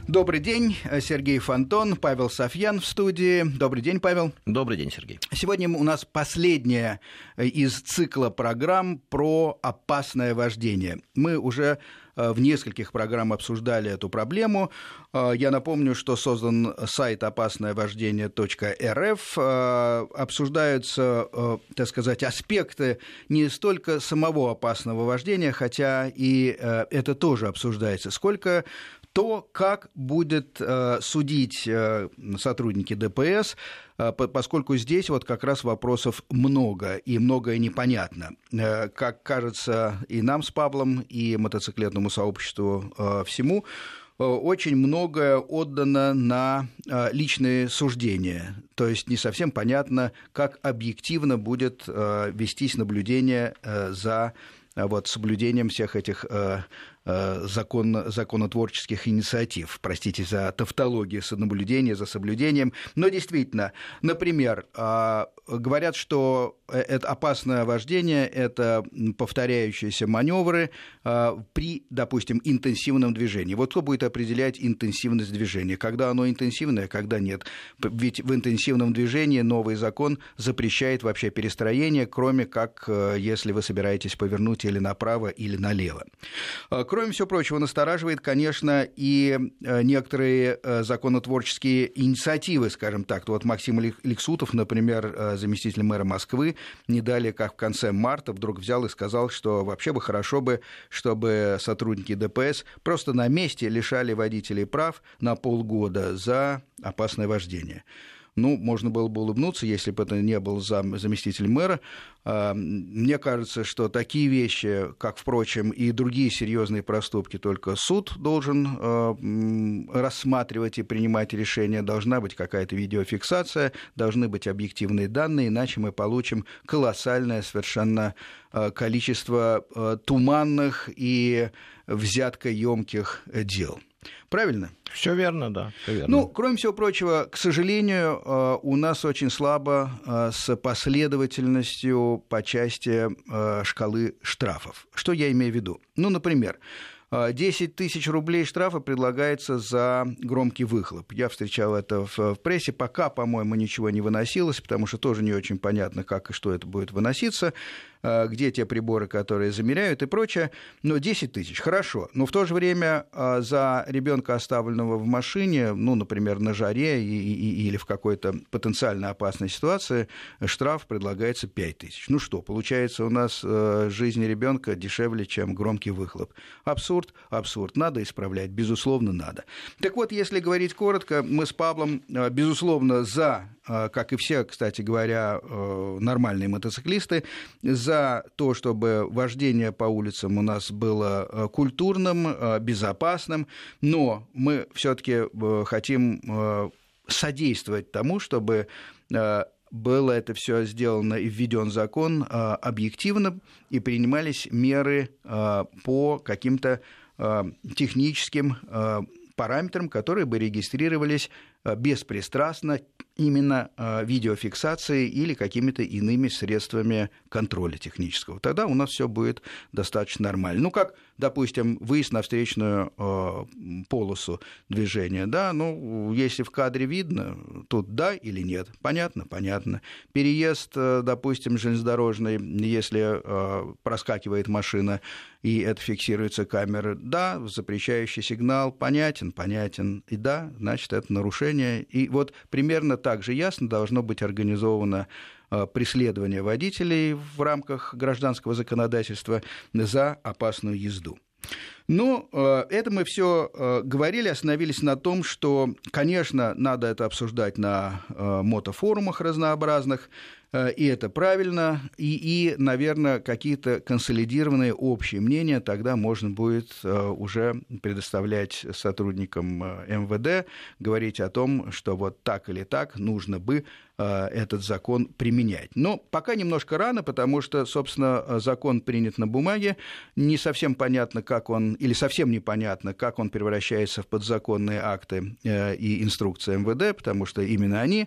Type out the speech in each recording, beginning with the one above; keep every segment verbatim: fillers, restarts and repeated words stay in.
Добрый день, Сергей Фонтон, Павел Софьян в студии. Добрый день, Павел. Добрый день, Сергей. Сегодня у нас последняя из цикла программ про опасное вождение. Мы уже в нескольких программах обсуждали эту проблему. Я напомню, что создан сайт опасное вождение точка эр эф. Обсуждаются, так сказать, аспекты не столько самого опасного вождения, хотя и это тоже обсуждается, сколько то, как будет э, судить э, сотрудники Дэ Пэ Эс, э, поскольку здесь вот как раз вопросов много, и многое непонятно. Э, как кажется и нам с Павлом, и мотоциклетному сообществу э, всему, э, очень многое отдано на э, личные суждения. То есть не совсем понятно, как объективно будет э, вестись наблюдение э, за э, вот, соблюдением всех этих э, Закон, законотворческих инициатив, простите за тавтологию, за наблюдение, за соблюдением. Но действительно, например, говорят, что это опасное вождение – это повторяющиеся маневры при, допустим, интенсивном движении. Вот кто будет определять интенсивность движения? Когда оно интенсивное, когда нет? Ведь в интенсивном движении новый закон запрещает вообще перестроение, кроме как если вы собираетесь повернуть или направо, или налево. Кроме всего прочего, настораживает, конечно, и некоторые законотворческие инициативы, скажем так. Вот Максим Лексутов, например, заместитель мэра Москвы, не далее, как в конце марта, вдруг взял и сказал, что вообще бы хорошо бы, чтобы сотрудники Дэ Пэ Эс просто на месте лишали водителей прав на полгода за опасное вождение. Ну, можно было бы улыбнуться, если бы это не был зам, заместитель мэра. Мне кажется, что такие вещи, как, впрочем, и другие серьезные проступки, только суд должен рассматривать и принимать решения. Должна быть какая-то видеофиксация, должны быть объективные данные, иначе мы получим колоссальное совершенно количество туманных и взяткоемких дел. Правильно? Все верно, да. Все верно. Ну, кроме всего прочего, к сожалению, у нас очень слабо с последовательностью по части шкалы штрафов. Что я имею в виду? Ну, например, десять тысяч рублей штрафа предлагается за громкий выхлоп. Я встречал это в прессе. Пока, по-моему, ничего не выносилось, потому что тоже не очень понятно, как и что это будет выноситься, где те приборы, которые замеряют и прочее. Но десять тысяч, хорошо. Но в то же время за ребенка, оставленного в машине, ну, например, на жаре и, и, или в какой-то потенциально опасной ситуации, штраф предлагается пять тысяч. Ну что, получается, у нас жизнь ребенка дешевле, чем громкий выхлоп. Абсурд, абсурд. Надо исправлять, безусловно, надо. Так вот, если говорить коротко, мы с Павлом, безусловно, за, как и все, кстати говоря, нормальные мотоциклисты, за то, чтобы вождение по улицам у нас было культурным, безопасным, но мы все-таки хотим содействовать тому, чтобы было это все сделано и введен закон объективно, и принимались меры по каким-то техническим параметрам, которые бы регистрировались беспристрастно именно видеофиксацией или какими-то иными средствами контроля технического. Тогда у нас все будет достаточно нормально. Ну, как, допустим, выезд на встречную э, полосу движения, да, ну, если в кадре видно, тут да или нет, понятно, понятно. Переезд, допустим, железнодорожный, если э, проскакивает машина, и это фиксируется камерой, да, запрещающий сигнал, понятен, понятен, и да, значит, это нарушение. И вот примерно так же ясно должно быть организовано преследование водителей в рамках гражданского законодательства за опасную езду. Ну, это мы все говорили, остановились на том, что, конечно, надо это обсуждать на мотофорумах разнообразных, и это правильно, и, и, наверное, какие-то консолидированные общие мнения тогда можно будет уже предоставлять сотрудникам эм вэ дэ, говорить о том, что вот так или так нужно бы этот закон применять. Но пока немножко рано, потому что, собственно, закон принят на бумаге, не совсем понятно, как он, или совсем непонятно, как он превращается в подзаконные акты и инструкции эм вэ дэ, потому что именно они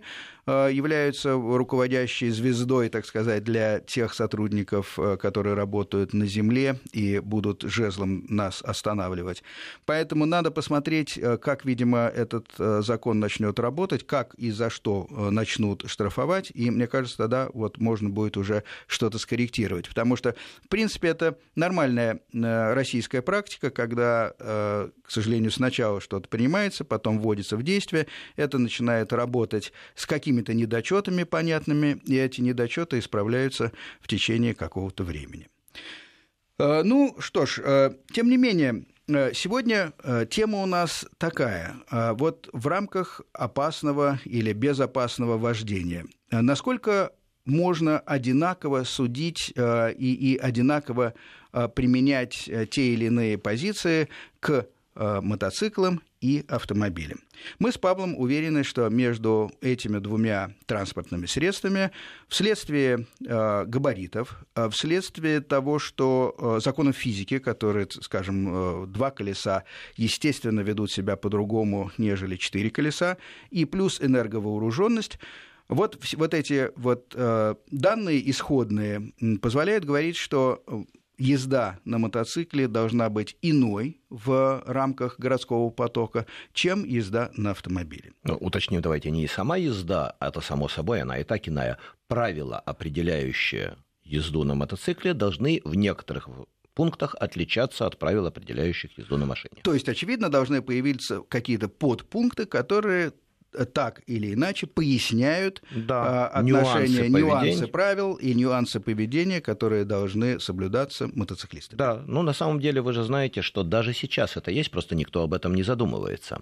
являются руководящей звездой, так сказать, для тех сотрудников, которые работают на земле и будут жезлом нас останавливать. Поэтому надо посмотреть, как, видимо, этот закон начнет работать, как и за что начнут штрафовать, и, мне кажется, тогда вот можно будет уже что-то скорректировать. Потому что, в принципе, это нормальная российская практика, когда, к сожалению, сначала что-то принимается, потом вводится в действие, это начинает работать с какими-то недочетами понятными, и эти недочеты исправляются в течение какого-то времени. Ну что ж, тем не менее, сегодня тема у нас такая. Вот в рамках опасного или безопасного вождения, насколько можно одинаково судить и, и одинаково применять те или иные позиции к мотоциклам и автомобилям. Мы с Павлом уверены, что между этими двумя транспортными средствами вследствие э, габаритов, э, вследствие того, что э, законов физики, которые, скажем, э, два колеса, естественно, ведут себя по-другому, нежели четыре колеса, и плюс энерговооруженность, вот, вот эти вот э, данные исходные позволяют говорить, что езда на мотоцикле должна быть иной в рамках городского потока, чем езда на автомобиле. Ну, уточним, давайте, не сама езда, а это само собой, она и так иная. Правила, определяющие езду на мотоцикле, должны в некоторых пунктах отличаться от правил, определяющих езду на машине. То есть, очевидно, должны появиться какие-то подпункты, которые так или иначе поясняют да, отношения, нюансы, нюансы правил и нюансы поведения, которые должны соблюдаться мотоциклистами. Да, ну на самом деле вы же знаете, что даже сейчас это есть, просто никто об этом не задумывается.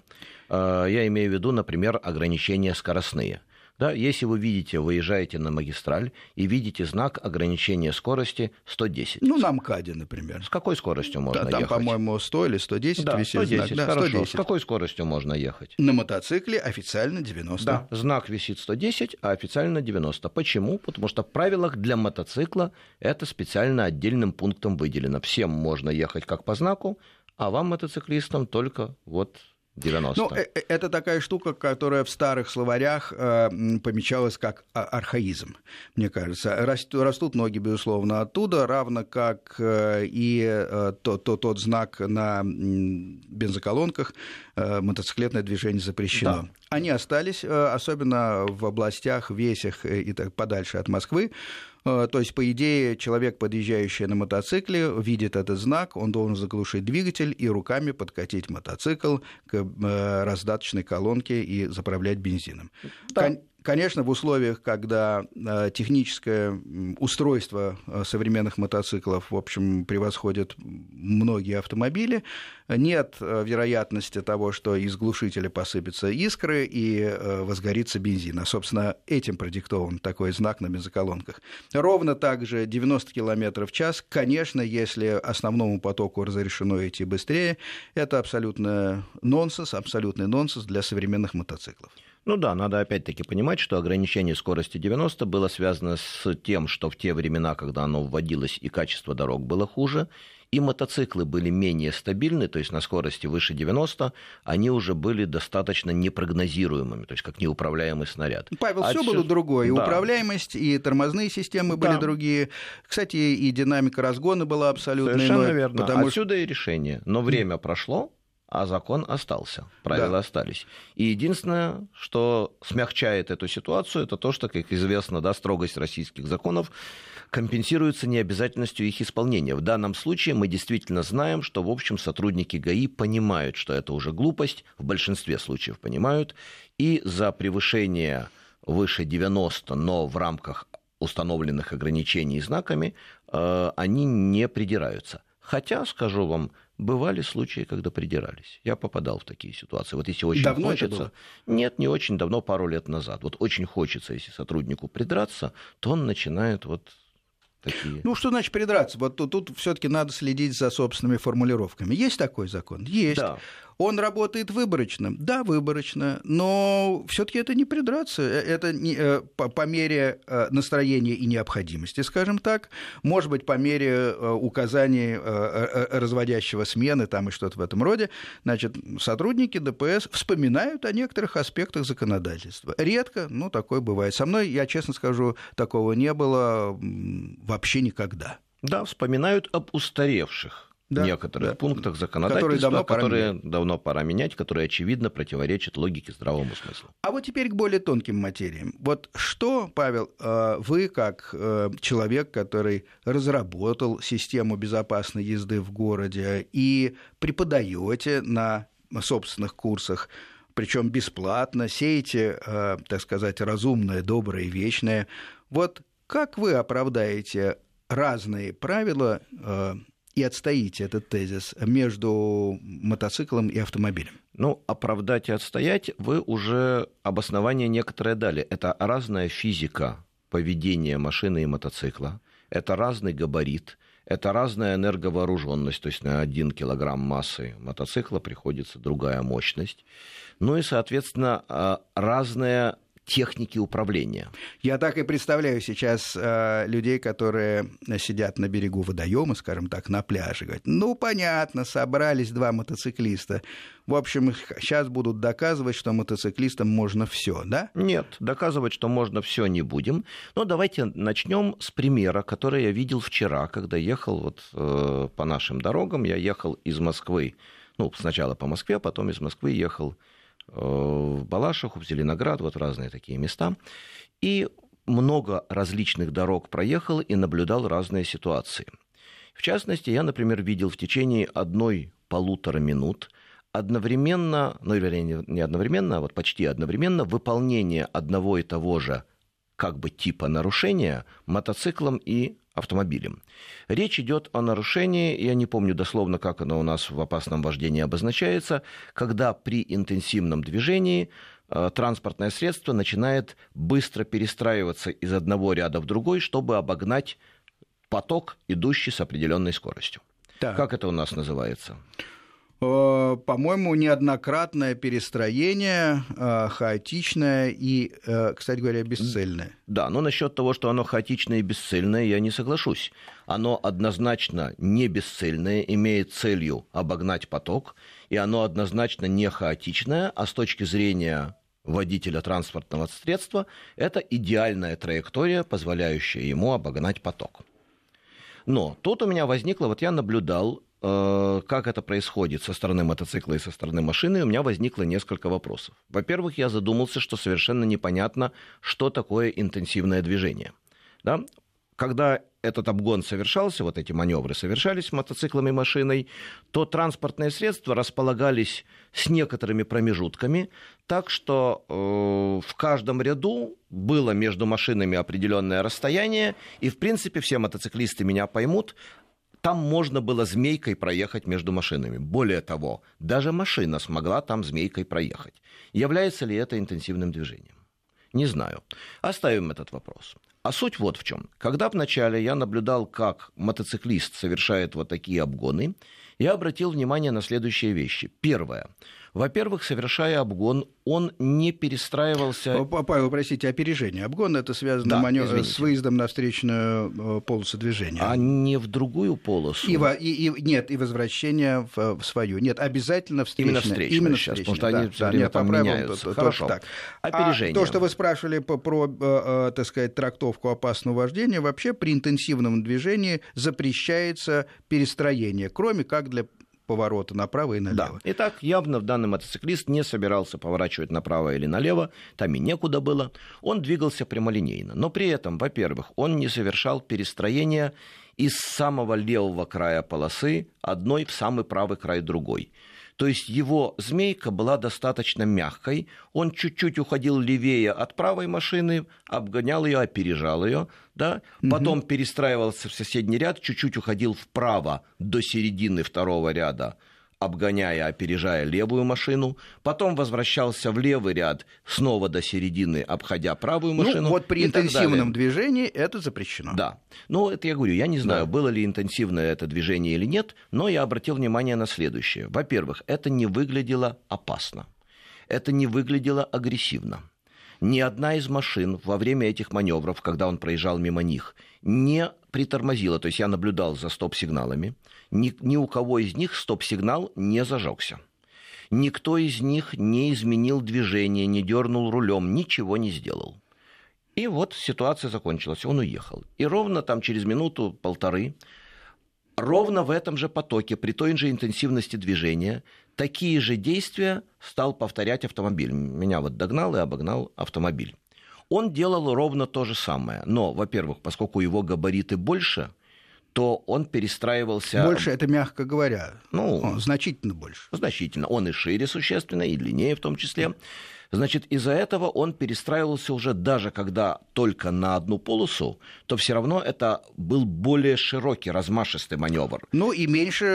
Я имею в виду, например, ограничения скоростные. Да, если вы видите, выезжаете на магистраль и видите знак ограничения скорости сто десять. Ну, на МКАДе, например. С какой скоростью можно да, там, ехать? Там, по-моему, сто или сто десять да, висит сто десять, знак. Да, хорошо. сто десять. С какой скоростью можно ехать? На мотоцикле официально девяносто. Да, знак висит сто десять, а официально девяносто. Почему? Потому что в правилах для мотоцикла это специально отдельным пунктом выделено. Всем можно ехать как по знаку, а вам, мотоциклистам, только вот девяносто. Ну, это такая штука, которая в старых словарях э, помечалась как архаизм, мне кажется. Растут ноги, безусловно, оттуда, равно как э, и э, то, то, тот знак на бензоколонках э, «мотоциклетное движение запрещено». Да. Они остались, э, особенно в областях, весях и так подальше от Москвы. То есть, по идее, человек, подъезжающий на мотоцикле, видит этот знак, он должен заглушить двигатель и руками подкатить мотоцикл к раздаточной колонке и заправлять бензином. Да. Конечно, в условиях, когда техническое устройство современных мотоциклов, в общем, превосходит многие автомобили, нет вероятности того, что из глушителя посыпятся искры и возгорится бензин. А, собственно, этим продиктован такой знак на бензоколонках. Ровно так же девяносто километров в час, конечно, если основному потоку разрешено идти быстрее, это абсолютно нонсенс, абсолютный нонсенс для современных мотоциклов. Ну да, надо опять-таки понимать, что ограничение скорости девяносто было связано с тем, что в те времена, когда оно вводилось, и качество дорог было хуже, и мотоциклы были менее стабильны, то есть на скорости выше девяноста, они уже были достаточно непрогнозируемыми, то есть как неуправляемый снаряд. Павел, все было другое, и да. управляемость, и тормозные системы были да. другие. Кстати, и динамика разгона была абсолютно Совершенно иной. верно, потому... отсюда и решение. Но время прошло, а закон остался, правила да. остались. И единственное, что смягчает эту ситуацию, это то, что, как известно, да, строгость российских законов компенсируется необязательностью их исполнения. В данном случае мы действительно знаем, что, в общем, сотрудники ГАИ понимают, что это уже глупость, в большинстве случаев понимают, и за превышение выше девяноста, но в рамках установленных ограничений знаками, э, они не придираются. Хотя, скажу вам, бывали случаи, когда придирались. Я попадал в такие ситуации. Вот если очень давно хочется... это было? Нет, не очень давно, пару лет назад. Вот очень хочется, если сотруднику придраться, то он начинает вот такие... Ну, что значит придраться? Вот тут, тут все-таки надо следить за собственными формулировками. Есть такой закон? Есть. Да. Он работает выборочно? Да, выборочно, но все-таки это не придраться, это не, по, по мере настроения и необходимости, скажем так, может быть, по мере указаний разводящего смены там и что-то в этом роде, значит, сотрудники ДПС вспоминают о некоторых аспектах законодательства. Редко, но такое бывает. Со мной, я честно скажу, такого не было вообще никогда. Да, вспоминают об устаревших. Да, некоторых да. пунктах законодательства, которые, давно, которые пора давно пора менять, которые, очевидно, противоречат логике, здравому смыслу. А вот теперь к более тонким материям. Вот что, Павел, вы, как человек, который разработал систему безопасной езды в городе и преподаете на собственных курсах, причем бесплатно, сеете, так сказать, разумное, доброе, вечное, вот как вы оправдаете разные правила и отстоите этот тезис между мотоциклом и автомобилем? Ну, оправдать и отстоять вы уже обоснование некоторое дали. Это разная физика поведения машины и мотоцикла, это разный габарит, это разная энерговооруженность, то есть на один килограмм массы мотоцикла приходится другая мощность, ну и, соответственно, разная техники управления. Я так и представляю сейчас э, людей, которые сидят на берегу водоема, скажем так, на пляже, говорят, ну, понятно, собрались два мотоциклиста. В общем, сейчас будут доказывать, что мотоциклистам можно все, да? Нет, доказывать, что можно все, не будем. Но давайте начнем с примера, который я видел вчера, когда ехал вот, э, по нашим дорогам. Я ехал из Москвы, ну, сначала по Москве, потом из Москвы ехал в Балашиху, в Зеленоград, вот разные такие места. И много различных дорог проехал и наблюдал разные ситуации. В частности, я, например, видел в течение одной-полутора минут одновременно, ну, вернее, не одновременно, а вот почти одновременно выполнение одного и того же как бы типа нарушения мотоциклом и автомобилем. Речь идет о нарушении, я не помню дословно, как оно у нас в опасном вождении обозначается, когда при интенсивном движении э, транспортное средство начинает быстро перестраиваться из одного ряда в другой, чтобы обогнать поток, идущий с определенной скоростью. Так. Как это у нас называется? По-моему, неоднократное перестроение, хаотичное и, кстати говоря, бесцельное. Да, но насчет того, что оно хаотичное и бесцельное, я не соглашусь. Оно однозначно не бесцельное, имеет целью обогнать поток, и оно однозначно не хаотичное, а с точки зрения водителя транспортного средства это идеальная траектория, позволяющая ему обогнать поток. Но тут у меня возникло, вот я наблюдал, как это происходит со стороны мотоцикла и со стороны машины, у меня возникло несколько вопросов. Во-первых, я задумался, что совершенно непонятно, что такое интенсивное движение. Да? Когда этот обгон совершался, вот эти маневры совершались мотоциклом и машиной, то транспортные средства располагались с некоторыми промежутками, так что э, в каждом ряду было между машинами определенное расстояние, и, в принципе, все мотоциклисты меня поймут, там можно было змейкой проехать между машинами. Более того, даже машина смогла там змейкой проехать. Является ли это интенсивным движением? Не знаю. Оставим этот вопрос. А суть вот в чем. Когда вначале я наблюдал, как мотоциклист совершает вот такие обгоны, я обратил внимание на следующие вещи. Первое. Во-первых, совершая обгон, он не перестраивался... Павел, простите, опережение. Обгон — это связано да, манев... с выездом на встречную полосу движения. А не в другую полосу? И, и, и, нет, и возвращение в, в свою. Нет, обязательно встречная. Именно встречная Именно сейчас, встречная. Потому что они да, все время да, там меняются. То, Хорошо. Так. Опережение. А то, что вы спрашивали по, про, э, так сказать, трактовку опасного вождения, вообще при интенсивном движении запрещается перестроение, кроме как для поворота направо и налево. Да. Итак, явно данный мотоциклист не собирался поворачивать направо или налево, там и некуда было. Он двигался прямолинейно. Но при этом, во-первых, он не совершал перестроения из самого левого края полосы одной в самый правый край другой. То есть его змейка была достаточно мягкой, он чуть-чуть уходил левее от правой машины, обгонял ее, опережал ее, да? Потом угу. перестраивался в соседний ряд, чуть-чуть уходил вправо до середины второго ряда, обгоняя, опережая левую машину, потом возвращался в левый ряд, снова до середины, обходя правую машину. Ну, вот при интенсивном движении это запрещено. Да. Ну, это я говорю, я не знаю, да. было ли интенсивное это движение или нет, но я обратил внимание на следующее. Во-первых, это не выглядело опасно, это не выглядело агрессивно. Ни одна из машин во время этих маневров, когда он проезжал мимо них, не притормозила. То есть я наблюдал за стоп-сигналами. Ни, ни у кого из них стоп-сигнал не зажегся. Никто из них не изменил движение, не дернул рулем, ничего не сделал. И вот ситуация закончилась. Он уехал. И ровно там через минуту-полторы, ровно в этом же потоке, при той же интенсивности движения, такие же действия стал повторять автомобиль. Меня вот догнал и обогнал автомобиль. Он делал ровно то же самое. Но, во-первых, поскольку его габариты больше, то он перестраивался... Больше, это мягко говоря. Ну, он значительно больше. Значительно. Он и шире существенно, и длиннее в том числе. Значит, из-за этого он перестраивался уже даже когда только на одну полосу, то все равно это был более широкий, размашистый маневр. Ну и меньше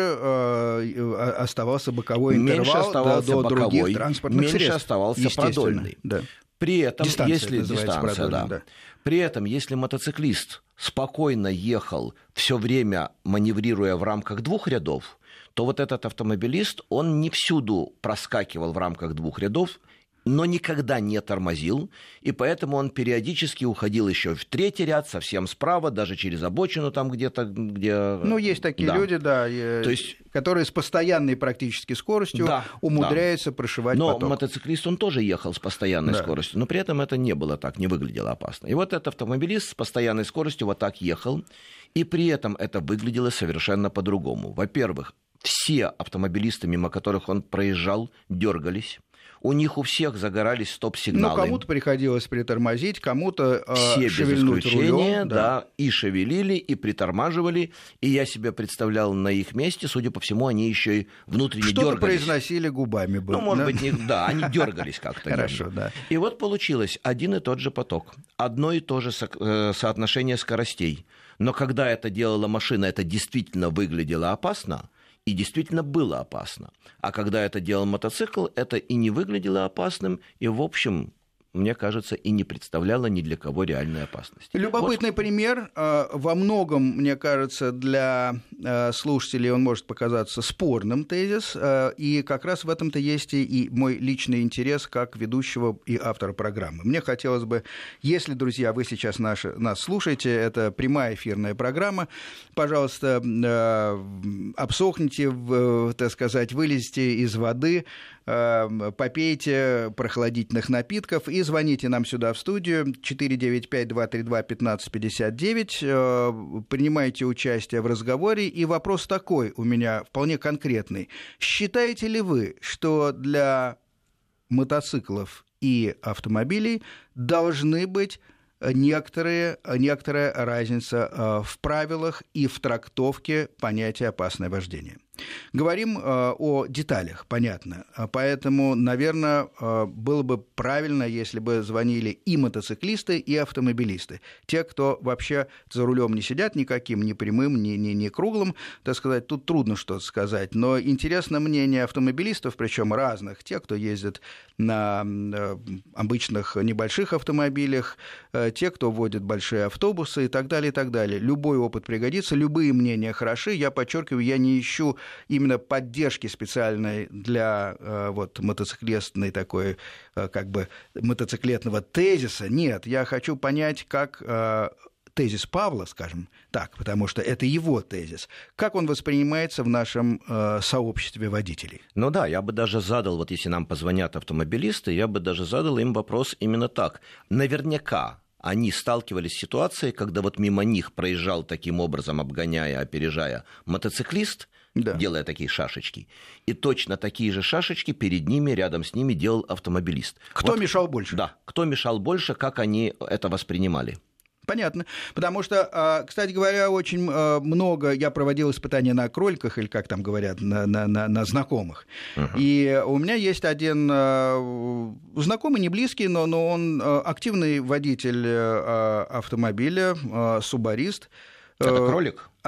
э, оставался боковой интервал меньше оставался до, до боковой, других транспортных меньше средств. оставался продольный. Да. При этом, дистанция, если дистанция, да. Да. При этом, если мотоциклист спокойно ехал, все время маневрируя в рамках двух рядов, то вот этот автомобилист, он не всюду проскакивал в рамках двух рядов, но никогда не тормозил, и поэтому он периодически уходил еще в третий ряд, совсем справа, даже через обочину там где-то, где... Ну, есть такие да. люди, да, То есть... которые с постоянной практически скоростью да, умудряются да. прошивать но поток. Но мотоциклист, он тоже ехал с постоянной да. скоростью, но при этом это не было так, не выглядело опасно. И вот этот автомобилист с постоянной скоростью вот так ехал, и при этом это выглядело совершенно по-другому. Во-первых, все автомобилисты, мимо которых он проезжал, дергались. У них у всех загорались стоп-сигналы. Ну, кому-то приходилось притормозить, кому-то э, все шевельнуть без исключения, рулем. Да. да, и шевелили, и притормаживали. И я себе представлял на их месте, судя по всему, они еще и внутренне Что-то дергались. Что-то произносили губами. Было, ну, может да? быть, не, да, они дергались как-то. Хорошо, да. И вот получилось один и тот же поток, одно и то же со- э, соотношение скоростей. Но когда это делала машина, это действительно выглядело опасно. И действительно было опасно. А когда это делал мотоцикл, это и не выглядело опасным, и, в общем, мне кажется, и не представляло ни для кого реальной опасности. Любопытный вот. пример. Во многом, мне кажется, для слушателей он может показаться спорным тезис, и как раз в этом-то есть и мой личный интерес как ведущего и автора программы. Мне хотелось бы, если, друзья, вы сейчас наши, нас слушаете, это прямая эфирная программа, пожалуйста, обсохните, так сказать, вылезьте из воды, попейте прохладительных напитков и звоните нам сюда в студию четыре девять пять два три два пятнадцать пятьдесят девять, принимайте участие в разговоре, и вопрос такой у меня вполне конкретный. Считаете ли вы, что для мотоциклов и автомобилей должны быть некоторые, некоторая разница в правилах и в трактовке понятия «опасное вождение»? Говорим э, о деталях, понятно. Поэтому, наверное, э, было бы правильно, если бы звонили и мотоциклисты, и автомобилисты. Те, кто вообще за рулем не сидят никаким, ни прямым, ни, ни, ни круглым, так сказать, тут трудно что-то сказать. Но интересно мнение автомобилистов, причем разных, те, кто ездит на э, обычных небольших автомобилях, э, те, кто водит большие автобусы и так далее, и так далее. Любой опыт пригодится, любые мнения хороши. Я подчеркиваю, я не ищу именно поддержки специальной для э, вот, мотоциклетной такой, э, как бы, мотоциклетного тезиса. Нет, я хочу понять, как э, тезис Павла, скажем так, потому что это его тезис, как он воспринимается в нашем э, сообществе водителей. Ну да, я бы даже задал, вот если нам позвонят автомобилисты, я бы даже задал им вопрос именно так. Наверняка они сталкивались с ситуацией, когда вот мимо них проезжал таким образом, обгоняя, опережая мотоциклист, да. делая такие шашечки. И точно такие же шашечки перед ними, рядом с ними делал автомобилист. Кто вот, мешал больше? Да, кто мешал больше, как они это воспринимали. Понятно. Потому что, кстати говоря, очень много я проводил испытания на кроликах, или как там говорят, на, на, на, на знакомых. Uh-huh. И у меня есть один знакомый, не близкий, но, но он активный водитель автомобиля, субарист. Это кролик?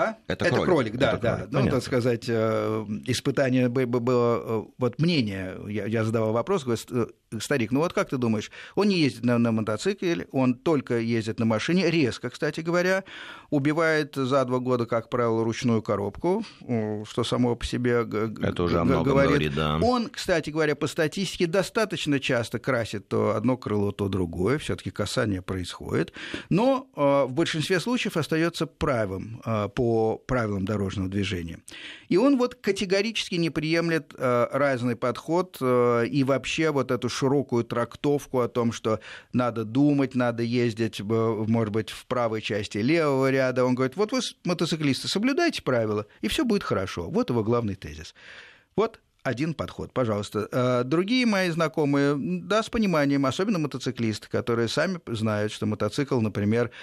А? Это, это кролик, кролик, да, это да. кролик, ну, понятно. так сказать, испытание было, вот мнение, я, я задавал вопрос, говорю, старик, ну вот как ты думаешь, он не ездит на, на мотоцикле, он только ездит на машине, резко, кстати говоря, убивает за два года, как правило, ручную коробку, что само по себе это уже о многом говорит. говорит, да. Он, кстати говоря, по статистике достаточно часто красит то одно крыло, то другое, все-таки касание происходит, но в большинстве случаев остается правым по правилам дорожного движения. И он вот категорически не приемлет разный подход и вообще вот эту широкую трактовку о том, что надо думать, надо ездить, может быть, в правой части левого ряда. Он говорит, вот вы, мотоциклисты, соблюдайте правила, и все будет хорошо. Вот его главный тезис. Вот один подход, пожалуйста. Другие мои знакомые, да, с пониманием, особенно мотоциклисты, которые сами знают, что мотоцикл, например,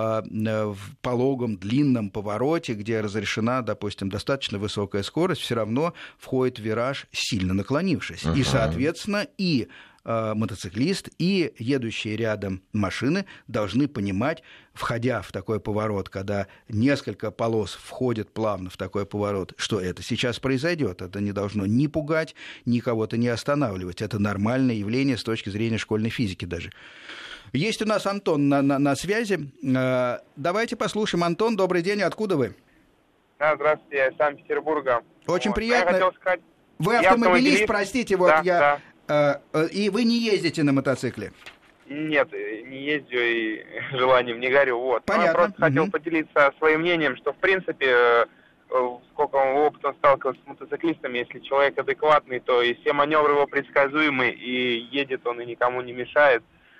в пологом длинном повороте, где разрешена, допустим, достаточно высокая скорость, все равно входит в вираж, сильно наклонившись. Uh-huh. И, соответственно, и мотоциклист, и едущие рядом машины должны понимать, входя в такой поворот, когда несколько полос входят плавно в такой поворот, что это сейчас произойдет. Это не должно ни пугать, ни кого-то не останавливать. Это нормальное явление с точки зрения школьной физики даже. Есть у нас Антон на, на, на связи. Давайте послушаем. Антон, добрый день. Откуда вы? Да, здравствуйте, я из Санкт-Петербурга. Очень вот. приятно. Я хотел сказать... Вы автомобилист, простите, вот да, я... Да. И вы не ездите на мотоцикле? Нет, не ездю и желанием не горю. Вот. Понятно. Я просто хотел угу. поделиться своим мнением, что, в принципе, сколько опытом сталкивался с мотоциклистами, если человек адекватный, то и все маневры его предсказуемы, и едет он и никому не мешает.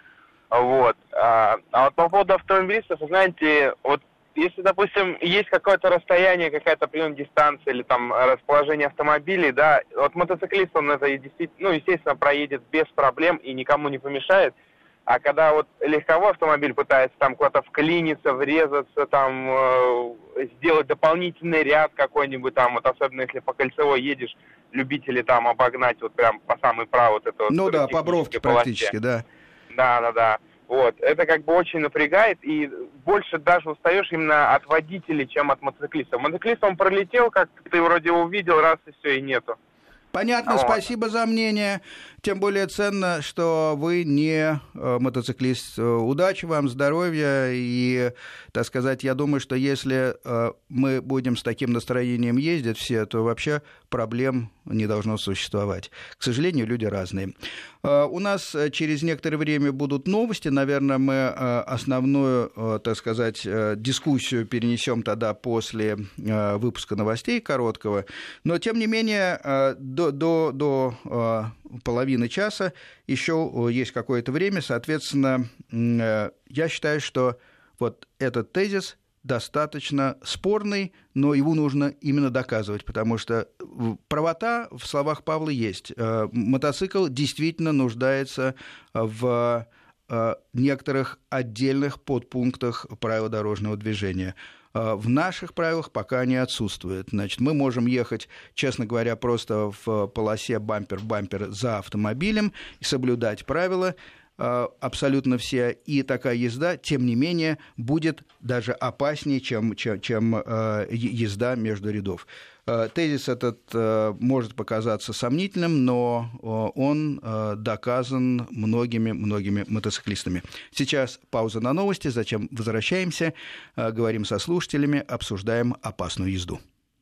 Вот. А, а вот по поводу автомобилистов, вы знаете, вот если, допустим, есть какое-то расстояние, какая-то определенная дистанция или там расположение автомобилей, да, вот мотоциклист, он это действительно, ну, естественно, проедет без проблем и никому не помешает. А когда вот легковой автомобиль пытается там куда-то вклиниться, врезаться, там, э, сделать дополнительный ряд какой-нибудь там, вот особенно если по кольцевой едешь, любители там обогнать вот прям по самой правой вот это вот. Ну да, по бровке практически, да. Да, да, да. Вот, это как бы очень напрягает, и больше даже устаешь именно от водителей, чем от мотоциклистов. Мотоциклист, он пролетел, как ты вроде увидел, раз и все, и нету. Понятно, вот. Спасибо за мнение. Тем более ценно, что вы не мотоциклист. Удачи вам, здоровья. И, так сказать, я думаю, что если мы будем с таким настроением ездить все, то вообще проблем не должно существовать. К сожалению, люди разные. У нас через некоторое время будут новости. Наверное, мы основную, так сказать, дискуссию перенесем тогда после выпуска новостей короткого. Но, тем не менее, до, до, до половины часа еще есть какое-то время. Соответственно, я считаю, что вот этот тезис достаточно спорный, но его нужно именно доказывать, потому что правота в словах Павла есть. Мотоцикл действительно нуждается в некоторых отдельных подпунктах правил дорожного движения. В наших правилах пока они отсутствуют. Значит, мы можем ехать, честно говоря, просто в полосе бампер в бампер за автомобилем и соблюдать правила абсолютно все, и такая езда, тем не менее, будет даже опаснее, чем, чем, чем езда между рядов. Тезис этот может показаться сомнительным, но он доказан многими-многими мотоциклистами. Сейчас пауза на новости, затем возвращаемся, говорим со слушателями, обсуждаем опасную езду.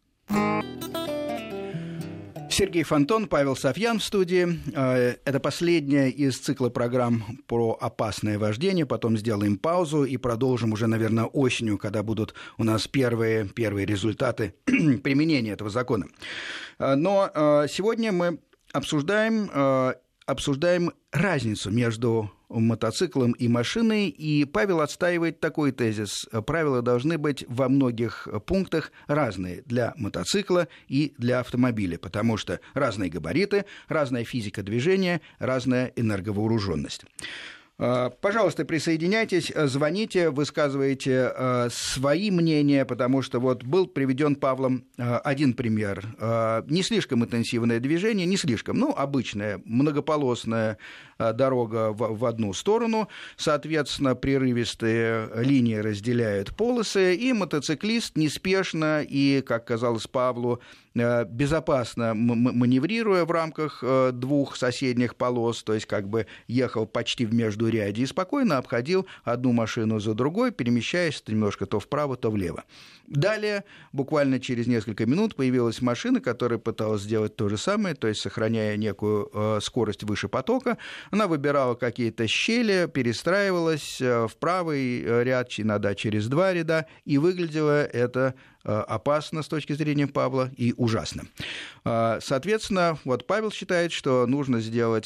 Сергей Фонтон, Павел Софьян в студии. Это последняя из цикла программ про опасное вождение. Потом сделаем паузу и продолжим уже, наверное, осенью, когда будут у нас первые, первые результаты применения этого закона. Но сегодня мы обсуждаем, обсуждаем разницу между мотоциклом и машиной, и Павел отстаивает такой тезис. Правила должны быть во многих пунктах разные для мотоцикла и для автомобиля, потому что разные габариты, разная физика движения, разная энерговооруженность. Пожалуйста, присоединяйтесь, звоните, высказывайте э, свои мнения, потому что вот был приведен Павлом э, один пример. Э, не слишком интенсивное движение, не слишком, ну, обычная многополосная э, дорога в, в одну сторону, соответственно, прерывистые линии разделяют полосы, и мотоциклист неспешно и, как казалось Павлу, безопасно маневрируя в рамках двух соседних полос, то есть как бы ехал почти в междуряде и спокойно обходил одну машину за другой, перемещаясь немножко то вправо, то влево. Далее, буквально через несколько минут, появилась машина, которая пыталась сделать то же самое, то есть сохраняя некую скорость выше потока. Она выбирала какие-то щели, перестраивалась в правый ряд, иногда через два ряда, и выглядело это опасно с точки зрения Павла и ужасно. Соответственно, вот Павел считает, что нужно сделать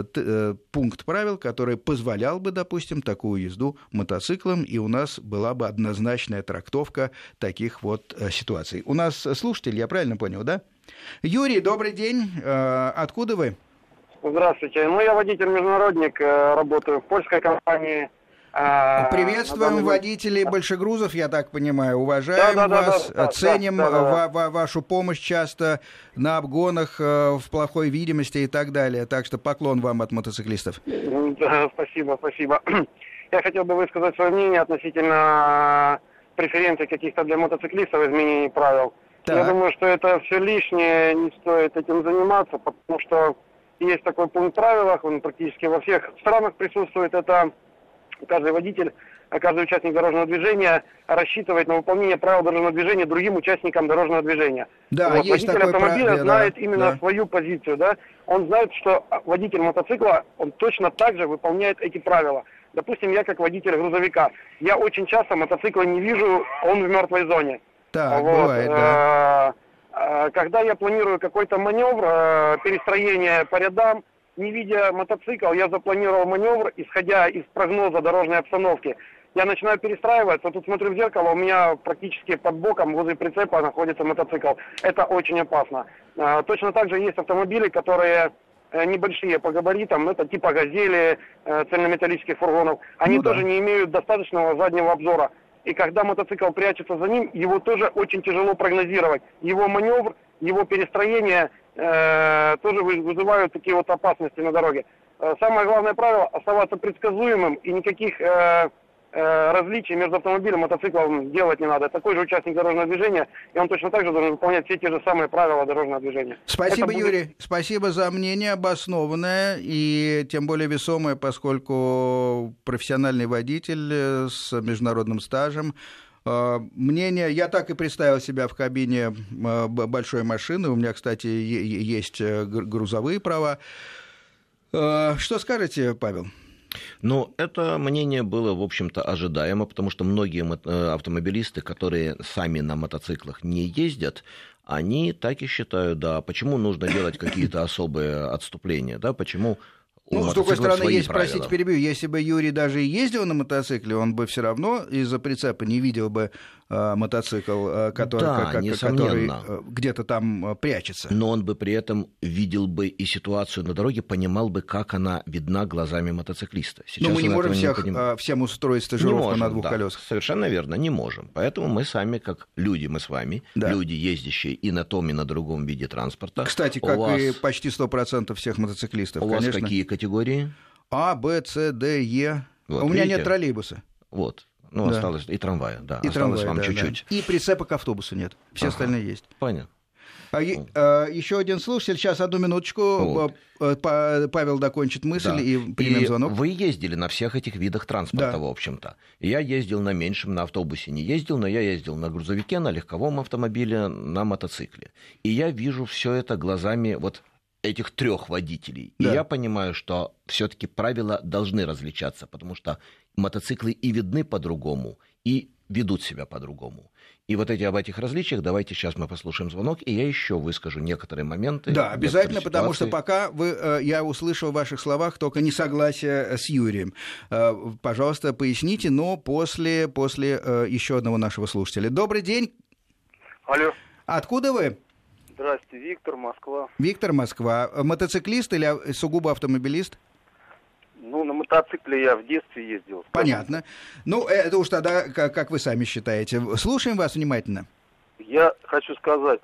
пункт правил, который позволял бы, допустим, такую езду мотоциклом, и у нас была бы однозначная трактовка таких вот ситуаций. У нас слушатель, я правильно понял, да? Юрий, добрый день. Откуда вы? Здравствуйте. Ну, я водитель-международник, работаю в польской компании. Приветствуем а, водителей большегрузов, я так понимаю, уважаем да, да, вас, да, да, ценим да, да, да. Ва- вашу помощь часто на обгонах в плохой видимости и так далее. Так что поклон вам от мотоциклистов. Да, спасибо, спасибо. Я хотел бы высказать свое мнение относительно преференций каких-то для мотоциклистов, изменений правил. Так. Я думаю, что это все лишнее, не стоит этим заниматься, потому что есть такой пункт в правилах, он практически во всех странах присутствует, это... Каждый водитель, каждый участник дорожного движения рассчитывает на выполнение правил дорожного движения другим участникам дорожного движения. Да, вот, есть водитель автомобиля прав... знает да, именно да. свою позицию, да. Он знает, что водитель мотоцикла, он точно так же выполняет эти правила. Допустим, я как водитель грузовика, я очень часто мотоцикла не вижу, он в мертвой зоне. Так, вот. бывает, да. Когда я планирую какой-то маневр, перестроение по рядам, не видя мотоцикл, я запланировал маневр, исходя из прогноза дорожной обстановки. Я начинаю перестраиваться, тут смотрю в зеркало, у меня практически под боком возле прицепа находится мотоцикл. Это очень опасно. А, точно так же есть автомобили, которые небольшие по габаритам, это типа «Газели», цельнометаллических фургонов. Они ну, тоже да. не имеют достаточного заднего обзора. И когда мотоцикл прячется за ним, его тоже очень тяжело прогнозировать. Его маневр, его перестроение э, тоже вызывают такие вот опасности на дороге. Э, самое главное правило – оставаться предсказуемым, и никаких э, э, различий между автомобилем и мотоциклом делать не надо. Такой же участник дорожного движения, и он точно так же должен выполнять все те же самые правила дорожного движения. Спасибо, будет... Юрий. Спасибо за мнение обоснованное и тем более весомое, поскольку профессиональный водитель с международным стажем. Мнение, я так и представил себя в кабине большой машины, у меня, кстати, есть грузовые права. Что скажете, Павел? Ну, это мнение было, в общем-то, ожидаемо, потому что многие автомобилисты, которые сами на мотоциклах не ездят, они так и считают, да, почему нужно делать какие-то особые отступления, да, почему... Ну, с другой стороны, есть, простите, перебью, если бы Юрий даже и ездил на мотоцикле, он бы все равно из-за прицепа не видел бы э, мотоцикл, э, который, да, как, который э, где-то там э, прячется. Но он бы при этом видел бы и ситуацию на дороге, понимал бы, как она видна глазами мотоциклиста. Сейчас Но мы не можем всех, не э, всем устроить стажировку можем, на двух да, колесах. Совершенно верно, не можем. Поэтому мы сами, как люди, мы с вами, да. люди, ездящие и на том, и на другом виде транспорта. Кстати, как вас... и почти сто процентов всех мотоциклистов, У конечно. вас какие категории? А, Б, С, Д, Е. Вот, у меня видите? Нет троллейбуса. Вот. Ну, да. осталось и трамвая, да. И осталось трамвая, вам да, чуть-чуть. Да. И прицепа к автобусу нет. Все ага. остальные есть. Понятно. А, ну. а, еще один слушатель. Сейчас, одну минуточку. Вот. Павел докончит мысль да. и примем и звонок. Вы ездили на всех этих видах транспорта, да. в общем-то. Я ездил на меньшем, на автобусе не ездил, но я ездил на грузовике, на легковом автомобиле, на мотоцикле. И я вижу все это глазами вот этих трех водителей. Да. И я понимаю, что все-таки правила должны различаться, потому что мотоциклы и видны по-другому, и ведут себя по-другому. И вот эти, об этих различиях давайте сейчас мы послушаем звонок, и я еще выскажу некоторые моменты. Да, обязательно, потому что пока вы, я услышал в ваших словах только несогласие с Юрием. Пожалуйста, поясните, но после, после еще одного нашего слушателя. Добрый день. Алло. Откуда вы? Здравствуйте, Виктор, Москва. Виктор, Москва. Мотоциклист или сугубо автомобилист? Ну, на, мотоцикле я в детстве ездил. Понятно. Ну, это уж тогда, как, как вы сами считаете. Слушаем вас внимательно. Я хочу сказать,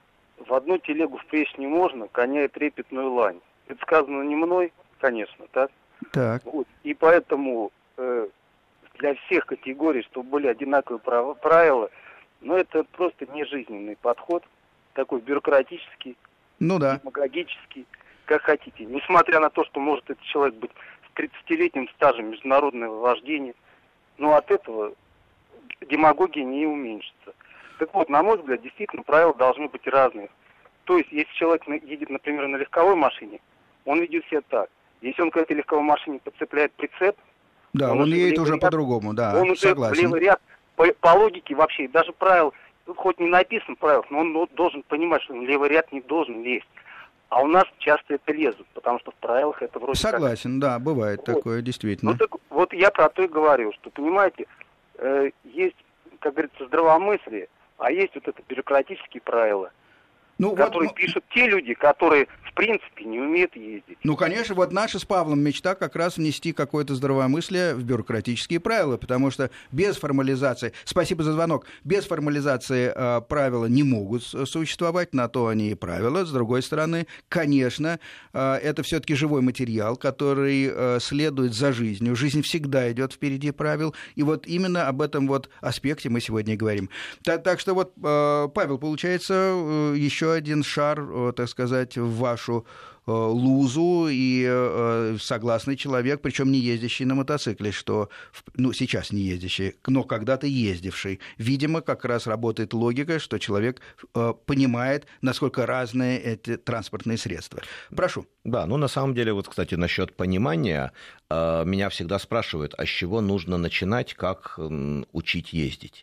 в одну телегу впрячь не можно, коня и трепетную лань. Это сказано не мной, конечно, так? Так. Вот. И поэтому э, для всех категорий, чтобы были одинаковые прав- правила, но это просто нежизненный подход, такой бюрократический, ну, да. демагогический, как хотите. Несмотря на то, что может этот человек быть с тридцатилетним стажем международного вождения, но от этого демагогия не уменьшится. Так вот, на мой взгляд, действительно, правила должны быть разные. То есть, если человек едет, например, на легковой машине, он ведет себя так. Если он к этой легковой машине подцепляет прицеп, да, он, он едет уже ряд, по-другому, да, он уже согласен. в левый ряд, по, по логике вообще, даже правил, хоть не написано в правилах, но он должен понимать, что он в левый ряд не должен лезть. А у нас часто это лезут, потому что в правилах это вроде Согласен, как... да, бывает вот. Такое, действительно. Ну, так, вот я про то и говорю, что, понимаете, э, есть, как говорится, здравомыслие, а есть вот это бюрократические правила, ну, которые вот, пишут те люди, которые, в принципе, не умеют ездить. Ну, конечно, вот наша с Павлом мечта как раз внести какое-то здравомыслие в бюрократические правила, потому что без формализации, спасибо за звонок, без формализации э, правила не могут существовать, на то они и правила. С другой стороны, конечно, э, это все-таки живой материал, который э, следует за жизнью. Жизнь всегда идет впереди правил, и вот именно об этом вот аспекте мы сегодня и говорим. Так, так что вот, э, Павел, получается, э, еще один шар, так сказать, в вашу э, лузу, и э, согласный человек, причем не ездящий на мотоцикле, что, ну, сейчас не ездящий, но когда-то ездивший. Видимо, как раз работает логика, что человек э, понимает, насколько разные эти транспортные средства. Прошу. Да, ну, на самом деле, вот, кстати, насчет понимания, э, меня всегда спрашивают, а с чего нужно начинать, как э, учить ездить.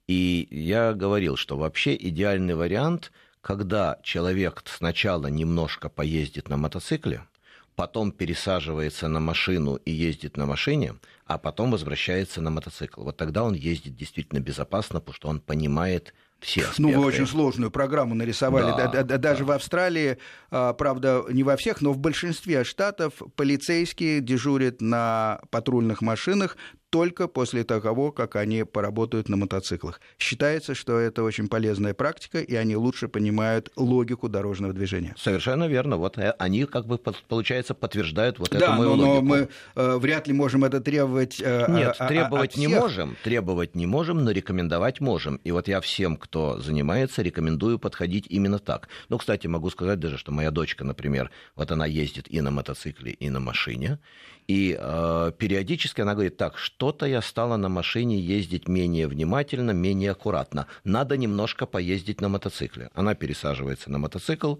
И я говорил, что вообще идеальный вариант – когда человек сначала немножко поездит на мотоцикле, потом пересаживается на машину и ездит на машине, а потом возвращается на мотоцикл. Вот тогда он ездит действительно безопасно, потому что он понимает все аспекты. Ну, вы очень сложную программу нарисовали. Да, Даже да. в Австралии, правда, не во всех, но в большинстве штатов полицейские дежурят на патрульных машинах только после того, как они поработают на мотоциклах. Считается, что это очень полезная практика, и они лучше понимают логику дорожного движения. Совершенно верно. Вот они, как бы, получается, подтверждают вот да, эту мою но, логику. но мы э, вряд ли можем это требовать. Э, Нет, а, требовать от не всех. можем, требовать не можем, но рекомендовать можем. И вот я всем, кто занимается, рекомендую подходить именно так. Ну, кстати, могу сказать даже, что моя дочка, например, вот она ездит и на мотоцикле, и на машине, и э, периодически она говорит, так, что-то я стала на машине ездить менее внимательно, менее аккуратно. Надо немножко поездить на мотоцикле. Она пересаживается на мотоцикл,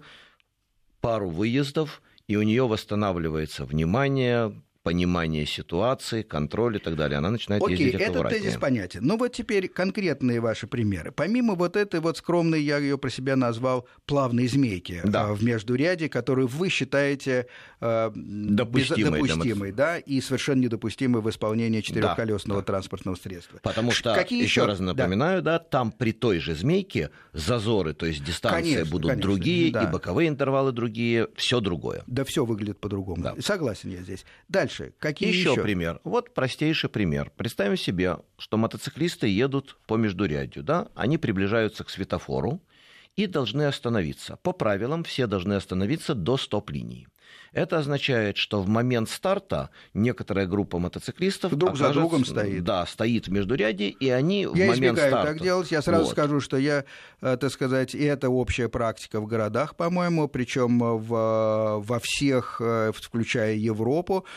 пару выездов, и у нее восстанавливается внимание, понимание ситуации, контроль и так далее. Она начинает Окей, ездить этот аккуратнее. тезис понятен. Ну вот теперь конкретные ваши примеры. Помимо вот этой вот скромной, я ее про себя назвал, плавной змейки да. в междуряде, которую вы считаете э, допустимой, допустимой да, и совершенно недопустимой в исполнении четырехколесного да, транспортного средства. Потому что, Какие еще, еще раз напоминаю, да? Да, там при той же змейке зазоры, то есть дистанции конечно, будут конечно, другие, да. и боковые интервалы другие, все другое. Да, все выглядит по-другому. Да. Согласен я здесь. Дальше. Какие еще, еще пример. Вот простейший пример. Представим себе, что мотоциклисты едут по междурядью, да? Они приближаются к светофору и должны остановиться. По правилам все должны остановиться до стоп-линии. Это означает, что в момент старта некоторая группа мотоциклистов друг окажется, за другом стоит. Да, стоит в междуряде, и они я в момент избегаю старта... так делать. Я сразу вот. скажу, что я, так сказать, и это общая практика в городах, по-моему, причем в, во всех, включая Европу,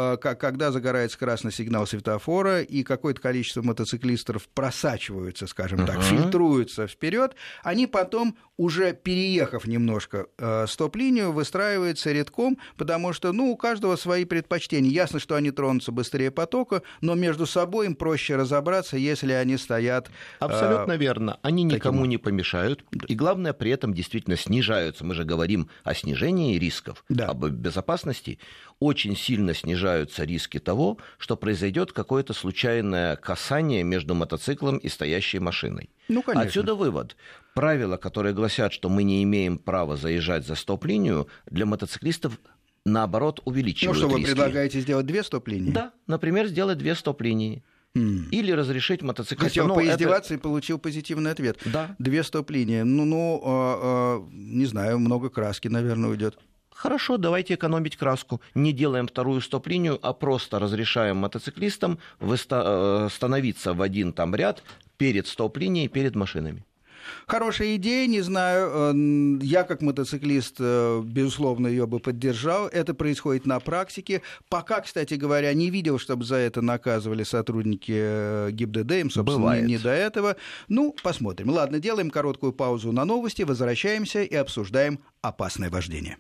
когда загорается красный сигнал светофора, и какое-то количество мотоциклистов просачиваются, скажем так, uh-huh. фильтруются вперед, они потом, уже переехав немножко стоп-линию, выстраиваются рядком, потому что, ну, у каждого свои предпочтения. Ясно, что они тронутся быстрее потока, но между собой им проще разобраться, если они стоят... Абсолютно э, верно. Они таким... никому не помешают. И главное, при этом действительно снижаются. Мы же говорим о снижении рисков, да. об безопасности. Очень сильно снижаются риски того, что произойдет какое-то случайное касание между мотоциклом и стоящей машиной. Ну, конечно. Отсюда вывод. Правила, которые гласят, что мы не имеем права заезжать за стоп-линию, для мотоциклистов наоборот, увеличивают риски. Ну что, вы предлагаете сделать две стоп-линии? Да, например, сделать две стоп-линии. Mm. Или разрешить мотоциклистам... Хотел ну, поиздеваться это... и получил позитивный ответ. Да. Две стоп-линии. Ну, ну э, э, не знаю, много краски, наверное, уйдет. Хорошо, давайте экономить краску. Не делаем вторую стоп-линию, а просто разрешаем мотоциклистам выста... становиться в один там ряд перед стоп-линией, перед машинами. Хорошая идея, не знаю, я как мотоциклист, безусловно, ее бы поддержал. Это происходит на практике. Пока, кстати говоря, не видел, чтобы за это наказывали сотрудники ГИБДД, им, собственно, Бывает. не до этого. Ну, посмотрим. Ладно, делаем короткую паузу на новости, возвращаемся и обсуждаем опасное вождение.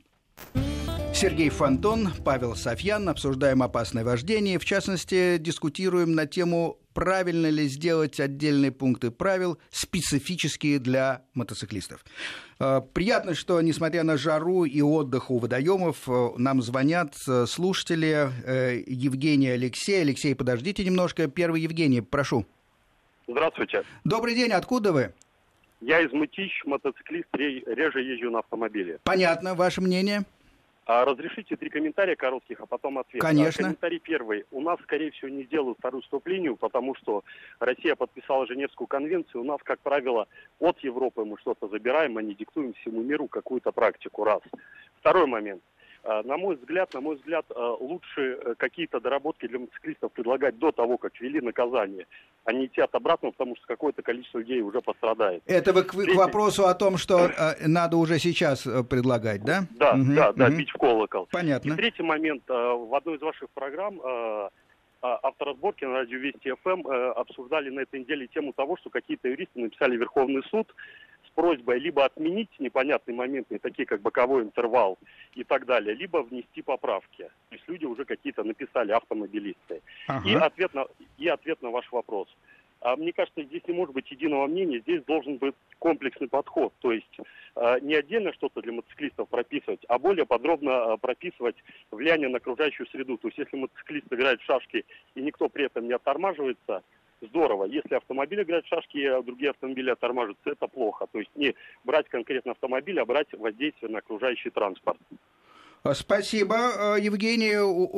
Сергей Фонтон, Павел Софьян. Обсуждаем опасное вождение. В частности, дискутируем на тему, правильно ли сделать отдельные пункты правил, специфические для мотоциклистов. Приятно, что, несмотря на жару и отдых у водоемов, нам звонят слушатели. Евгений, Алексей. Алексей, подождите немножко. Первый Евгений, прошу. Здравствуйте. Добрый день. Откуда вы? Я из Мытищ, мотоциклист, реже езжу на автомобиле. Понятно. Ваше мнение? А разрешите три комментария коротких, а потом ответ. Конечно. Комментарий первый. У нас, скорее всего, не сделают вторую стоп-линию, потому что Россия подписала Женевскую конвенцию. У нас, как правило, от Европы мы что-то забираем, а не диктуем всему миру какую-то практику. Раз. Второй момент. На мой взгляд, на мой взгляд, лучше какие-то доработки для мотоциклистов предлагать до того, как ввели наказание, а не идти от обратного, потому что какое-то количество людей уже пострадает. Это вы к, Третий... к вопросу о том, что э, надо уже сейчас предлагать, да? Да, угу, да, да, угу. бить в колокол. Понятно. И третий момент. В одной из ваших программ авторазборки на радио Вести эф эм обсуждали на этой неделе тему того, что какие-то юристы написали в Верховный суд с просьбой либо отменить непонятные моменты, такие как боковой интервал и так далее, либо внести поправки. То есть люди уже какие-то написали, автомобилисты. Ага. И, ответ на, и ответ на ваш вопрос. А мне кажется, здесь не может быть единого мнения, здесь должен быть комплексный подход. То есть э, не отдельно что-то для мотоциклистов прописывать, а более подробно э, прописывать влияние на окружающую среду. То есть если мотоциклист играет в шашки и никто при этом не оттормаживается, здорово. Если автомобиль играет в шашки, а другие автомобили оттормаживаются, это плохо. То есть не брать конкретно автомобиль, а брать воздействие на окружающий транспорт. Спасибо, Евгений.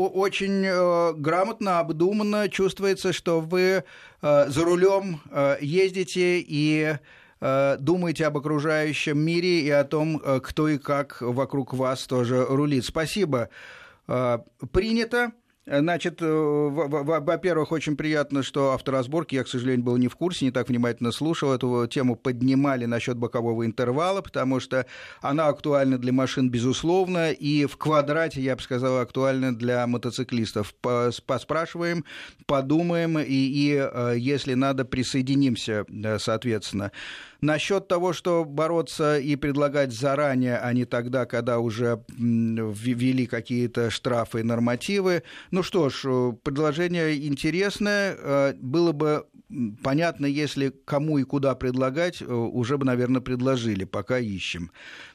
Очень грамотно, обдуманно. Чувствуется, что вы за рулем ездите и думаете об окружающем мире и о том, кто и как вокруг вас тоже рулит. Спасибо. Принято. Значит, во-первых, очень приятно, что авторазборки, я, к сожалению, был не в курсе, не так внимательно слушал, эту тему поднимали насчет бокового интервала, потому что она актуальна для машин, безусловно, и в квадрате, я бы сказал, актуальна для мотоциклистов. Поспрашиваем, подумаем, и, и если надо, присоединимся, соответственно. Насчет того, что бороться и предлагать заранее, а не тогда, когда уже ввели какие-то штрафы и нормативы. Ну что ж, предложение интересное. Было бы понятно, если кому и куда предлагать, уже бы, наверное, предложили, пока ищем.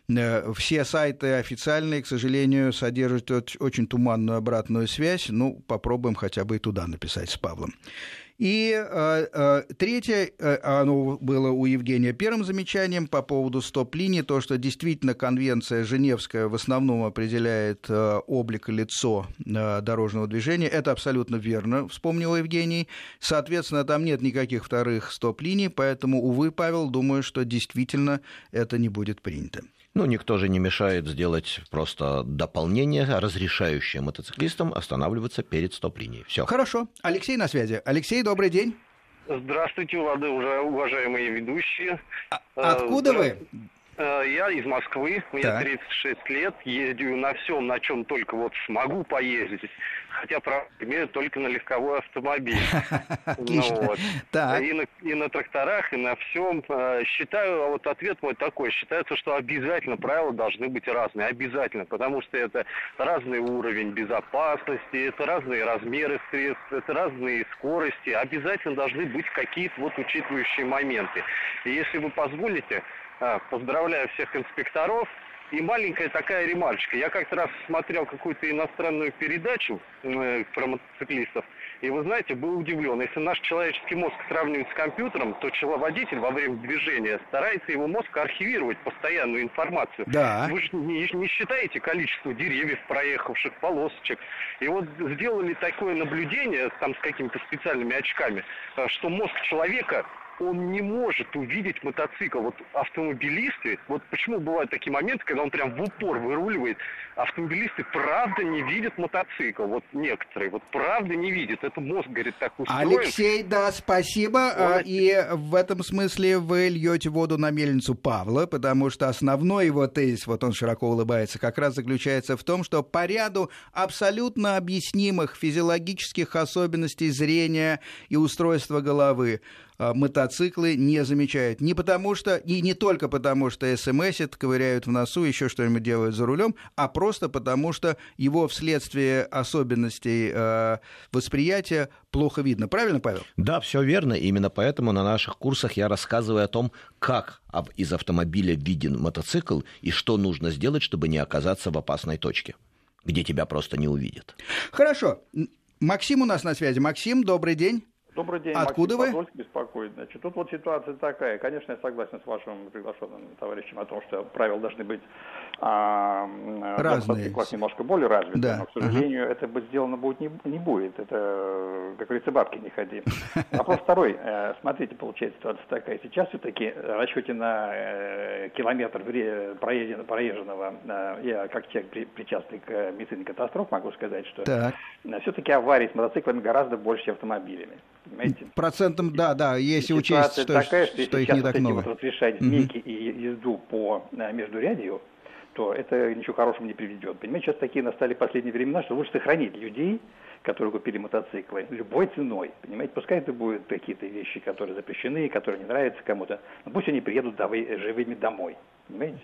Все сайты официальные, к сожалению, содержат очень туманную обратную связь. Ну, попробуем хотя бы и туда написать с Павлом. И э, э, третье, э, оно было у Евгения первым замечанием по поводу стоп-линии, то, что действительно конвенция Женевская в основном определяет э, облик и лицо э, дорожного движения. Это абсолютно верно, вспомнил Евгений. Соответственно, там нет никаких вторых стоп-линий, поэтому, увы, Павел, думаю, что действительно это не будет принято. Ну, никто же не мешает сделать просто дополнение, разрешающее мотоциклистам останавливаться перед стоп-линией. Все. Хорошо. Алексей на связи. Алексей, добрый день. Здравствуйте, уважаемые ведущие. А- откуда вы? Я из Москвы, мне так. тридцать шесть лет, ездю на всем, на чем только вот смогу поездить, хотя, правда, имею только на легковой автомобиль. Отлично. И на тракторах, и на всем. Считаю, вот ответ мой такой, считается, что обязательно правила должны быть разные, обязательно, потому что это разный уровень безопасности, это разные размеры средств, это разные скорости, обязательно должны быть какие-то вот учитывающие моменты. И если вы позволите, поздравляю всех инспекторов И маленькая такая ремарочка. Я как-то раз смотрел какую-то иностранную передачу э, про мотоциклистов, и вы знаете, был удивлен. Если наш человеческий мозг сравнивать с компьютером, то водитель во время движения старается его мозг архивировать постоянную информацию. Да. Вы же не, не считаете количество деревьев, проехавших, полосочек. И вот сделали такое наблюдение там с какими-то специальными очками, что мозг человека, он не может увидеть мотоцикл. Вот автомобилисты, вот почему бывают такие моменты, когда он прям в упор выруливает, автомобилисты правда не видят мотоцикл. Вот некоторые, вот правда не видят. Это мозг, говорит, так устроен. Алексей, да, спасибо. Он... И в этом смысле вы льете воду на мельницу Павла, потому что основной его тезис, вот он широко улыбается, как раз заключается в том, что по ряду абсолютно объяснимых физиологических особенностей зрения и устройства головы мотоциклы не замечают. Не потому что, и не только потому, что смсят, ковыряют в носу, еще что-нибудь делают за рулем, а просто потому, что его вследствие особенностей э, восприятия плохо видно. Правильно, Павел? Да, все верно. Именно поэтому на наших курсах я рассказываю о том, как из автомобиля виден мотоцикл и что нужно сделать, чтобы не оказаться в опасной точке, где тебя просто не увидят. Хорошо. Максим у нас на связи. Максим, добрый день. Добрый день, Откуда Максим вы? Подольский беспокоит. Значит, тут вот ситуация такая. Конечно, я согласен с вашим приглашенным товарищем о том, что правила должны быть а, разные, класс немножко более развиты, да. Но, к сожалению, uh-huh. это быть сделано будет не, не будет. Это, как говорится, бабки не ходи. Вопрос второй. Смотрите, получается ситуация такая. Сейчас все-таки в расчете на километр проезженного, я как человек причастный к медицине катастроф могу сказать, что так. все-таки аварий с мотоциклами гораздо больше, чем автомобилями. Понимаете? Процентом, да, да, если ситуация учесть, что, такая, что, что их сейчас не так вот много. Вот разрешать змейки mm-hmm. и езду по междурядью, то это ничего хорошего не приведет. Понимаете, сейчас такие настали последние времена, что лучше сохранить людей, которые купили мотоциклы, любой ценой. Понимаете, пускай это будут какие-то вещи, которые запрещены, которые не нравятся кому-то, но пусть они приедут живыми домой. Понимаете?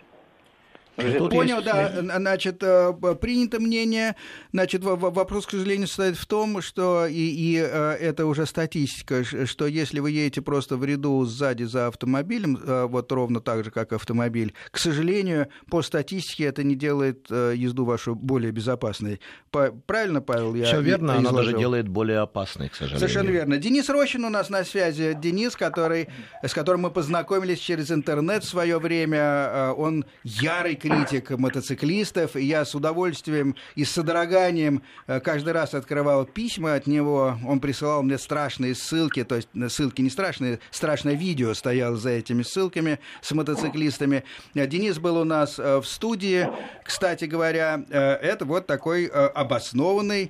Тут Понял, есть... да, значит, принято мнение, значит, вопрос, к сожалению, состоит в том, что, и, и это уже статистика, что если вы едете просто в ряду сзади за автомобилем, вот ровно так же, как автомобиль, к сожалению, по статистике это не делает езду вашу более безопасной. Правильно, Павел? Я Все верно, она даже делает более опасной, к сожалению. Совершенно верно. Денис Рощин у нас на связи. Денис, который, с которым мы познакомились через интернет в свое время, он ярый критик мотоциклистов, и я с удовольствием и с содроганием каждый раз открывал письма от него, он присылал мне страшные ссылки, то есть ссылки не страшные, страшное видео стояло за этими ссылками с мотоциклистами. Денис был у нас в студии, кстати говоря, это вот такой обоснованный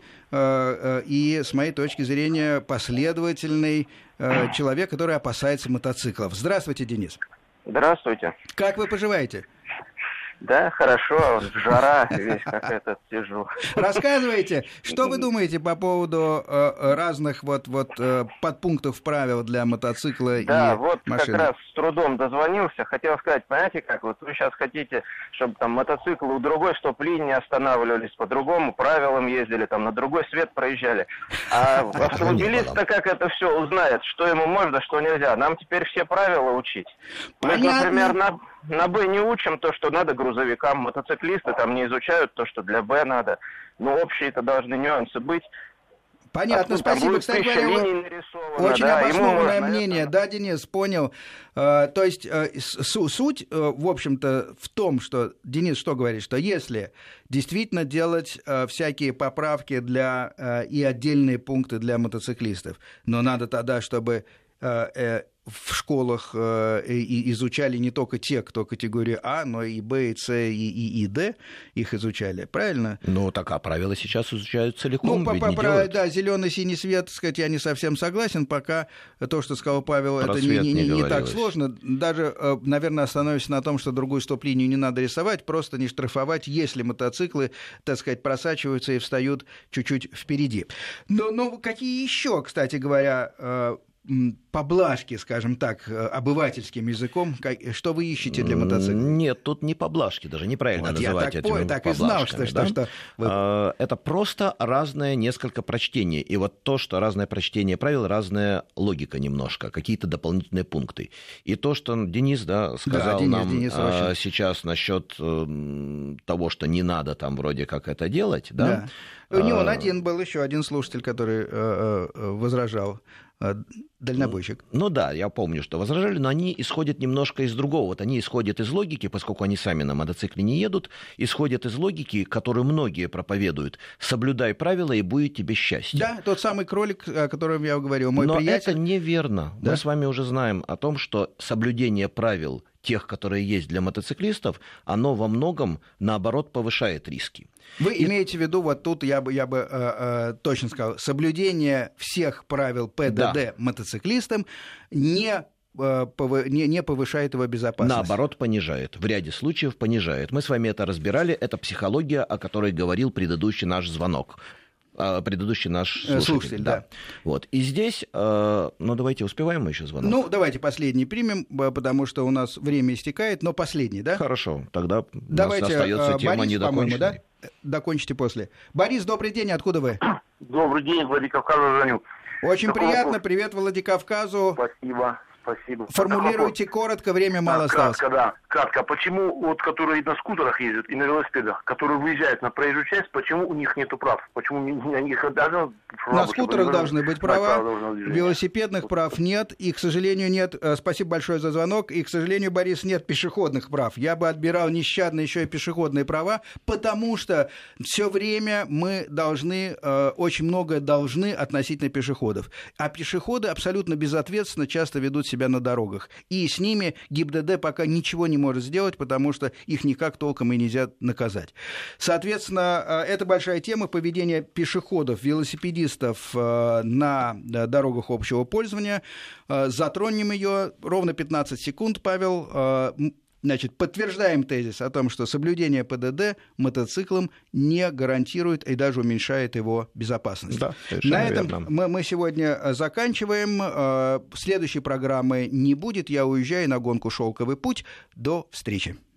и, с моей точки зрения, последовательный человек, который опасается мотоциклов. Здравствуйте, Денис. Здравствуйте. Как вы поживаете? Да, хорошо, жара, весь как этот сижу. Рассказывайте, что вы думаете по поводу э, разных вот, вот э, подпунктов правил для мотоцикла да, и вот машины? Как раз с трудом дозвонился, хотел сказать, понимаете, как вот вы сейчас хотите, чтобы там мотоциклы у другой стоп-линии останавливались, по другому правилам ездили, там на другой свет проезжали. А автомобилист-то как это все узнает, что ему можно, что нельзя? Нам теперь все правила учить. Мы, например, на... На Б не учим то, что надо грузовикам, мотоциклисты там не изучают то, что для Б надо. Но общие-то должны нюансы быть. Понятно, а спасибо. Кстати говоря, очень да, обоснованное можно, мнение. Да, Денис, понял. А, то есть суть, в общем-то, в том, что, Денис что говорит, что если действительно делать всякие поправки для и отдельные пункты для мотоциклистов, но надо тогда, чтобы в школах э, и изучали не только те, кто категории А, но и Б, и С, и, и, и Д их изучали, правильно? Ну, так, а правила сейчас изучают целиком, ну, ведь по, не по, делают. Да, зеленый, синий свет, так сказать, я не совсем согласен, пока то, что сказал Павел, Про это не, не, не, не так сложно. Даже, наверное, остановимся на том, что другую стоп-линию не надо рисовать, просто не штрафовать, если мотоциклы, так сказать, просачиваются и встают чуть-чуть впереди. Но, но какие еще, кстати говоря, поблажки, скажем так, обывательским языком, что вы ищете для мотоцикла? Нет, тут не поблажки, даже неправильно вот называть этими понял, так и знал, что, да? что, что вы... Это просто разное несколько прочтений. И вот то, что разное прочтение правил, разная логика немножко, какие-то дополнительные пункты. И то, что Денис, да, сказал да, Денис, нам Денис очень... сейчас насчет того, что не надо там вроде как это делать, да? да. Не он один был, еще один слушатель, который возражал. Дальнобойщик. Ну да, я помню, что возражали, но они исходят немножко из другого. Вот они исходят из логики, поскольку они сами на мотоцикле не едут, исходят из логики, которую многие проповедуют. Соблюдай правила, и будет тебе счастье. Да, тот самый кролик, о котором я говорил, мой но приятель. Но это неверно. Да? Мы с вами уже знаем о том, что соблюдение правил, тех, которые есть для мотоциклистов, оно во многом, наоборот, повышает риски. Вы И... имеете в виду, вот тут я бы, я бы э, э, точно сказал, соблюдение всех правил ПДД да. мотоциклистам не, э, пов... не, не повышает его безопасность. Наоборот, понижает. В ряде случаев понижает. Мы с вами это разбирали. Это психология, о которой говорил предыдущий наш звонок. Предыдущий наш слушатель. слушатель да. Да. Вот. И здесь, э, ну давайте, успеваем мы еще звонок? Ну, давайте последний примем, потому что у нас время истекает, но последний, да? Хорошо, тогда давайте, у нас остается Борис, тема недоконченной. Да? Докончите после. Борис, добрый день, откуда вы? Добрый день, Владикавказа звоню. Очень Такого... приятно, привет Владикавказу. Спасибо. Спасибо. Формулируйте коротко, время мало да, осталось. Кратко, да. Кратко. Почему вот, которые на скутерах ездят и на велосипедах, которые выезжают на проезжую часть, почему у них нету прав? Почему у них даже... На скутерах должны быть права, велосипедных прав нет, и, к сожалению, нет... Спасибо большое за звонок, и, к сожалению, Борис, нет пешеходных прав. Я бы отбирал нещадно еще и пешеходные права, потому что все время мы должны, очень многое должны относительно пешеходов. А пешеходы абсолютно безответственно часто ведут себя себя на дорогах. И с ними ГИБДД пока ничего не может сделать, потому что их никак толком и нельзя наказать. Соответственно, это большая тема поведения пешеходов, велосипедистов на дорогах общего пользования. Затронем ее ровно пятнадцать секунд, Павел. Значит, подтверждаем тезис о том, что соблюдение ПДД мотоциклом не гарантирует и даже уменьшает его безопасность. Да, на этом мы, мы сегодня заканчиваем. Следующей программы не будет. Я уезжаю на гонку «Шелковый путь». До встречи.